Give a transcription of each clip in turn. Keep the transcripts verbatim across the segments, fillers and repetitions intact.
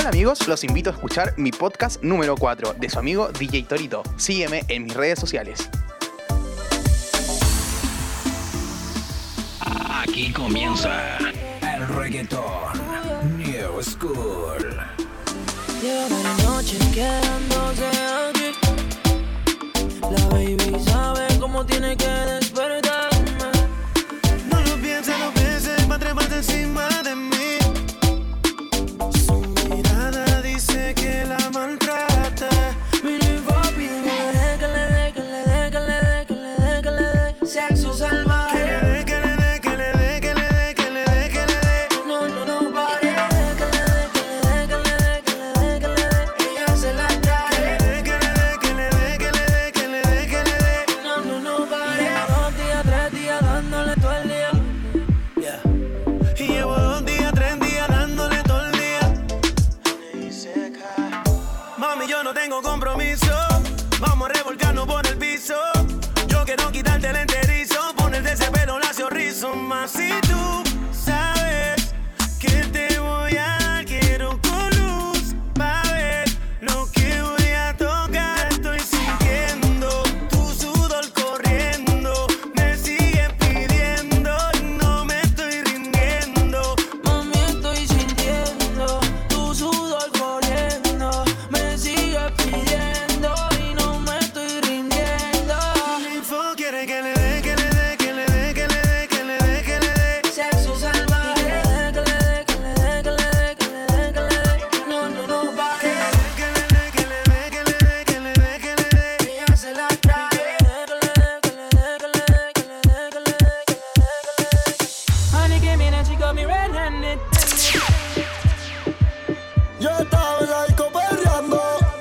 Hola amigos, los invito a escuchar mi podcast número cuatro de su amigo D J Torito. Sígueme en mis redes sociales. Aquí comienza el reggaetón New School. Lleva la noche quedándose aquí. La baby sabe cómo tiene que despertarme. No lo pienses, no pienses, va a treparse encima de mí. Su mirada dice que la maltrata. Mire papi, que le dé, que le dé, que le dé, que le dé, que le dé, que le dé sexo salvaje. Que le dé, que le dé, que le dé, que le dé, que le dé, que le dé. No, no, no pare. Que le dé, que le dé, que le dé, que le dé, que le dé. Ella se la trae. Que le dé, que le dé, que le dé, que le dé, que le dé, que le dé. No, no, no pare. Dos días, tres días dándole todo el día. Yeah. Y llevo dos días, tres días dándole todo el día. Mami, yo no tengo compromiso. Vamos a revolcarnos por el piso. Yo quiero quitarte el enterizo, ponerte ese pelo lacio rizo. Más si tú sabes que te voy a dar, quiero con luz pa' ver lo que voy a tocar. Estoy sintiendo tu sudor corriendo, me sigues pidiendo y no me estoy rindiendo. Mami, estoy sintiendo tu sudor corriendo. Me sigues pidiendo y no me estoy rindiendo. Mi info quiere que le dé, que le dé, que le dé, que le dé, que le dé, que le dé. Sexo salvaje. Que le dé, que le dé, que le dé, que le dé, que le dé, que le dé. No, no, no pare. Que le dé, que le dé, que le dé, que le dé, que le dé. Ella se la trae. Que le dé, que le dé, que le dé, que le dé, que le dé, que le dé, que le dé. Honey came in and she got me red-handed. Yo estaba en la disco perreando.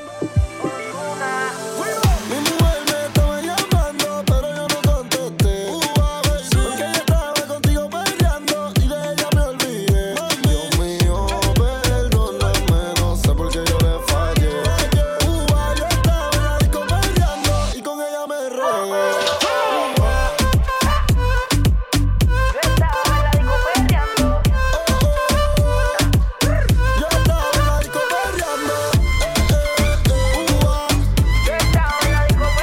Mi mujer me estaba llamando, pero yo no contesté. Porque yo estaba contigo perreando y de ella me olvidé. Dios mío, perdóname, no sé por qué yo le fallé. Uva, yo estaba en la disco perreando y con ella me regué. Yo estaba en la disco perreando. Uva, yo estaba en la disco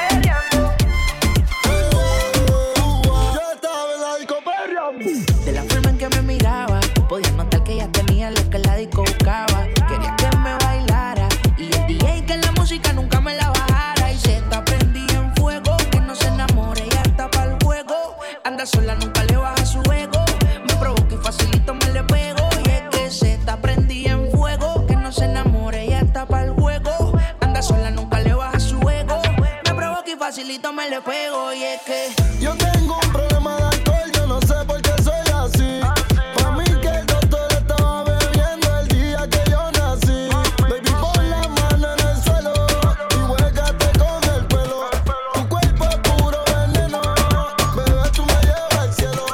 perreando. De la forma en que me miraba, podía notar que ella tenía lo que la disco buscaba. Quería que me bailara y el D J que la música nunca me la bajara. Y se está prendida en fuego, que no se enamore, ella está pa'l juego. Anda sola, nunca le baja su ego. Me provoca y facilito me le pego. Y es que se está prendida en fuego, que no se enamore, ella está pa'l juego. Anda sola, nunca le baja su ego. Me provoca y facilito me le pego. Y es que Yo tengo un problema de alcohol, yo no sé por qué soy así. Pa' mí que el doctor estaba bebiendo el día que yo nací. Baby, pon la mano en el suelo y huélgate con el pelo. Tu cuerpo es puro veneno, bebé, tú me llevas al cielo.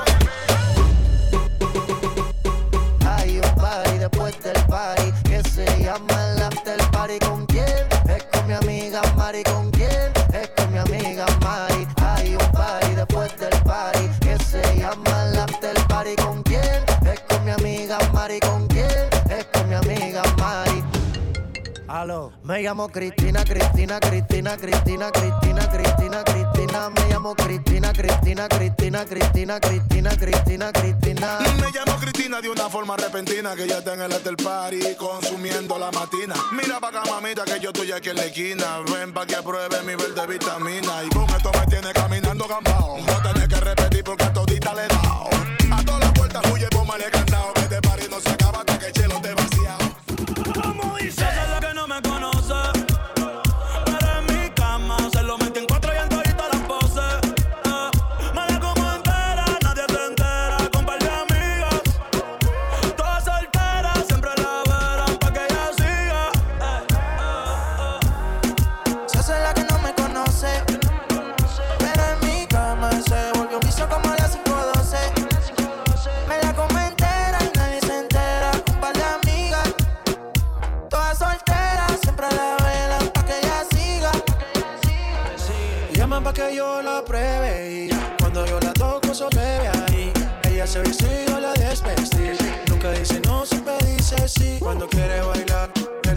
Hay un party después del party que se llama el after party. ¿Con quién? Es con mi amiga Mari. ¿Con quién? Es con mi amiga Mari. Hay un party después del party que se llama el after party. ¿Con quién? Es con mi amiga Mari. ¿Con quién? Es con mi amiga Mari. Aló, me llamo Cristina, Cristina, Cristina, Cristina, Cristina, Cristina, Cristina. Me llamo Cristina, Cristina, Cristina, Cristina, Cristina, Cristina, Cristina. Me llamo Cristina de una forma repentina, que ya está en el after party consumiendo la matina. Mira pa' acá, mamita, que yo estoy aquí en la esquina. Ven pa' que apruebe mi verde vitamina. Y con esto me tiene caminando gambao. No tenés que repetir porque a todita le he dado. A todas las puertas huye, póngale candado. Que este party no se acaba hasta que el chelo esté vaciado. ¿Cómo dice? Ella es la que no me conoce, pero en mi cama se lo metí en cuatro y en todita las poses. Eh, me la como entera, nadie se entera, con par de amigas. Todas solteras, siempre la verán pa' que ella siga. Eh, eh, eh. esa es la que no me conoce, pero en mi cama se volvió un vicio como a las cinco doce. Me la como entera y nadie se entera, un par de amigas. Todas solteras, siempre la velan pa' que ella siga. Llaman pa' que yo la pruebe y cuando yo la toco eso bebe ahí. Ella se viste y yo la desvestí. Nunca dice no, siempre dice sí. Cuando quiere bailar,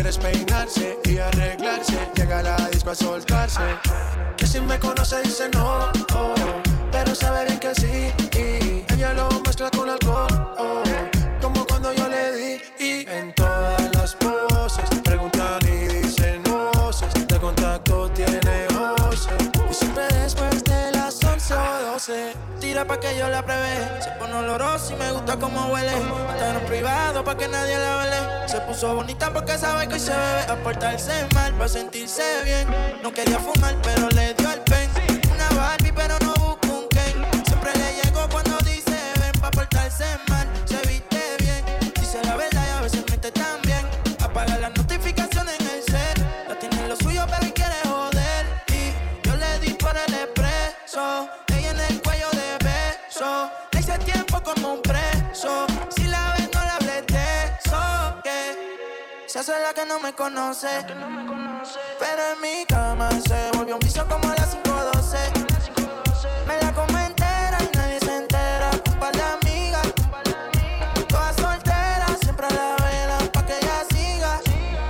despeinarse y arreglarse. Llega a la disco a soltarse. Que si me conoce dice no, oh, pero sabe bien que sí. Y ella lo mezcla con alcohol, oh, como cuando yo le di. Y en todas las poses preguntan y dicen voces. De contacto tiene voces. Y siempre después de las once o doce tira pa' que yo la pruebe. Se pone olorosa y me gusta cómo huele. Está en privado pa' que nadie la vele. Se puso bonita porque sabe que hoy se bebe. A portarse mal pa' sentirse bien. No quería fumar pero le dio el pen. Una Barbie pero no busca un Ken. Siempre le llegó cuando dice ven. Pa' portarse mal, se viste bien. Dice la verdad y a veces miente también. Apaga las notificaciones en el cel. La tiene lo suyo pero y quiere joder. Y yo le di por el expreso. Ella en el cuello de beso. Le hice tiempo como un preso. Si la ves no le hables de eso. Que se hace la que no me conoce. Pero en mi cama se volvió un vicio como a las cinco doce. Me la como entera y nadie se entera. Un par de amigas, todas solteras, siempre la velan pa' que ella siga.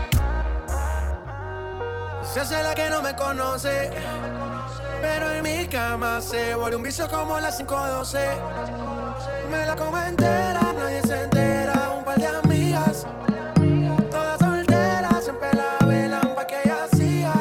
Se hace la que no me conoce. Pero en mi cama se volvió un vicio como a las cinco doce. Me la como entera, nadie se entera. Un par de amigas, todas solteras, siempre la velan pa' que ella siga.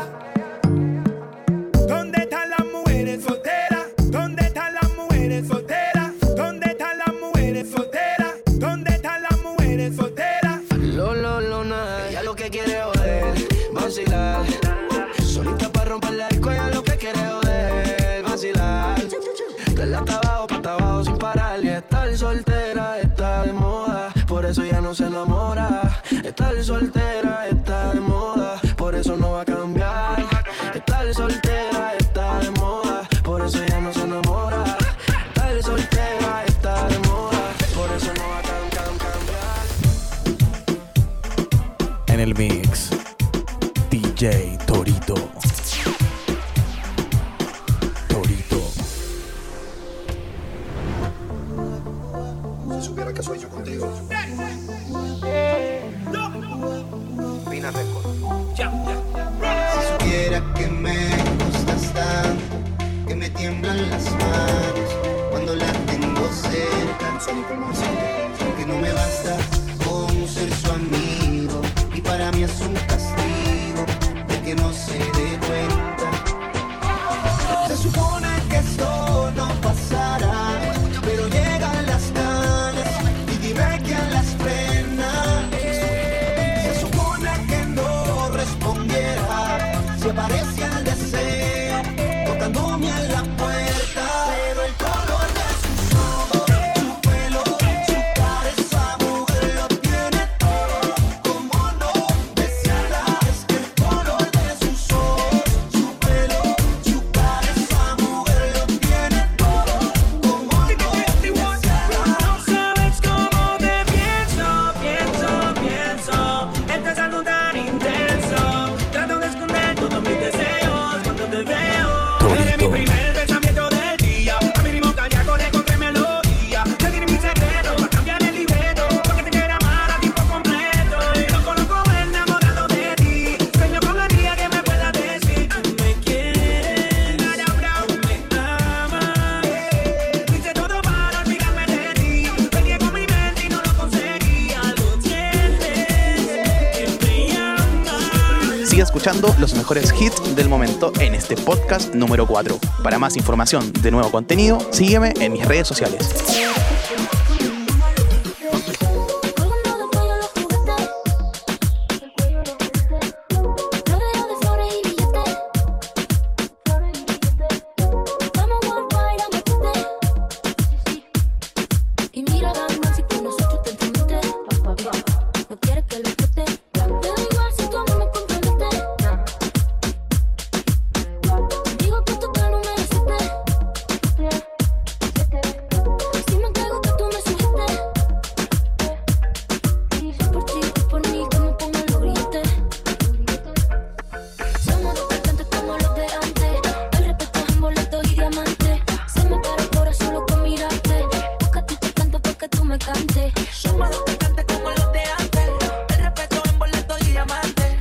¿Dónde están las mujeres solteras? ¿Dónde están las mujeres solteras? ¿Dónde están las mujeres solteras? ¿Dónde están las mujeres solteras? Lo, lo, lo, nada. Ella lo que quiere joder, vacilar. Solita pa' romper la disco, ella lo que quiere joder, vacilar. De la abajo pa' abajo sin parar. Y estar soltera está de moda, por eso ya no se enamora. Estar soltera está de moda, por eso no va a cambiar. Estar soltera está de moda, por eso ya no se enamora. Estar soltera está de moda, por eso no va a cam- cam- cambiar. En el mix, D J Torito. Torito. Si supiera que soy yo contigo. Pina Record. Si supiera que me gustas tanto, que me tiemblan las manos cuando la tengo cerca, que no me basta con ser su amigo y para mí es un castigo de que no se dé cuenta. Se supone que esto no pasará, pero llegan las ganas y dime quién las frena. Se supone que no respondiera si aparece el deseo tocándome en la puerta, pero el color de sus ojos, su pelo, su cara, esa mujer lo tiene todo. Como no desearla, es que el color de sus ojos, su pelo, su cara, esa mujer lo tiene todo. Como no desearla. No sabes cómo te pienso, pienso, pienso. Este es algo tan intenso. Trato de esconder todos mis deseos cuando te veo. Eres mi primer pensamiento del día. A mi ritmo cardíaco le encontré melodía. Te diré mi secreto, va a cambiar el libreto. Porque te quiero amar a tiempo completo. Y no conozco enamorado de ti. Sueño con el día que me puedas decir tú me quieres, me amas. Hice todo para olvidarme de ti. Peleé con mi mente y no lo conseguía. Lo tienes, que me llamas. Sigue escuchando los mejores hits del momento en este podcast número cuatro. Para más información de nuevo contenido, sígueme en mis redes sociales. Y mira, Batman, si con nosotros te entiendes. No quieres que lo explote. Te da igual si tú a mí me comprometes. Digo que tú que no me resistes. Si me entrego que tú me sujetes. Por ti, por mí, que me pongan los grilletes. Somos dos cantantes como los de antes. El respeto es en boletos y diamantes. Se me para el corazón solo con mirarte. Busca a ti te canto porque tú me cantes. Somos dos cantantes como los de antes. El respeto en boletos y diamantes.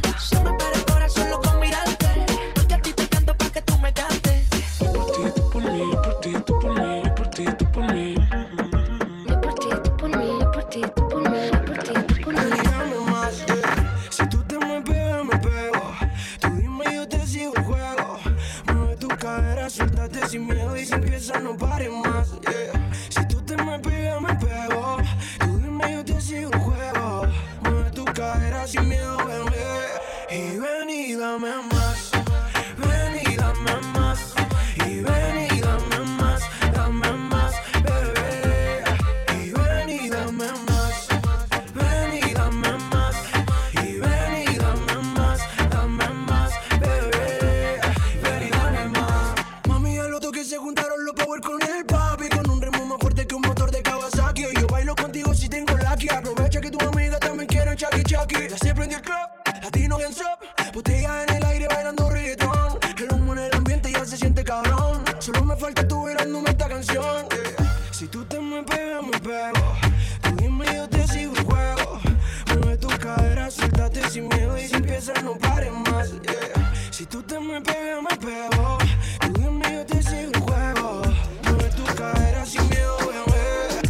sin miedo, bebé. Y ven y dame más, ven y dame más. Y ven y dame más, dame más, bebé. Y ven y dame más, ven y dame más. Y ven y dame más, dame más, bebé. Ven y dame más. Mami, al otro que se juntaron los power con el papi, con un ritmo más fuerte que un motor de Kawasaki. Yo bailo contigo si tengo lucky. Aprovecha que tu amiga también quiere chucky chucky. Ya se prendió el club, latino hands up. Botella en el aire bailando reggaetón. El humo en el ambiente ya se siente cabrón. Solo me falta tú bailándome esta canción, yeah. Si tú te me pegas, me pego. Tú dime, yo te sigo el juego. Mueve tu cadera, suéltate sin miedo. Y si empiezas, no pares más, yeah. Si tú te me pegas, me pego. Tú dime, yo te sigo el juego. Mueve tu cadera sin miedo, bebé.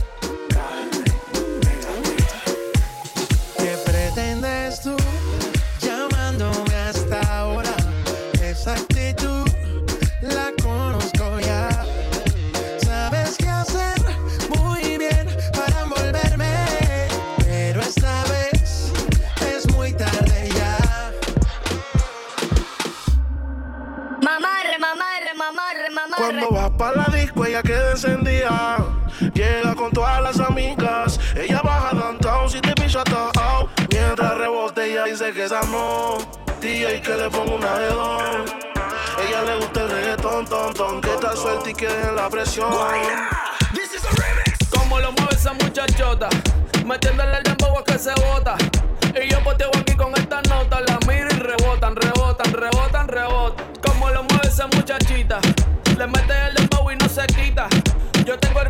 ¿Qué pretendes tú llamándome hasta ahora? Esa actitud la conozco ya. Sabes qué hacer muy bien para envolverme, pero esta vez es muy tarde ya. Mamarre, mamarre, mamarre, mamarre. Cuando vas pa' la disco ella queda encendida. Llega con todas las amigas. Ella baja downtown si te picha todo. Mientras rebote ella dice que esa no. D J que le ponga una de dos. Ella le gusta el reggaetón, ton, ton. Que está suelta y que deje la presión. This is a remix. Como lo mueve esa muchachota, metiéndole el dembow a que se bota. Y yo poteo aquí con esta nota. La miro y rebotan, rebotan, rebotan, rebotan. Como lo mueve esa muchachita, le mete el dembow y no se quita. Yo tengo el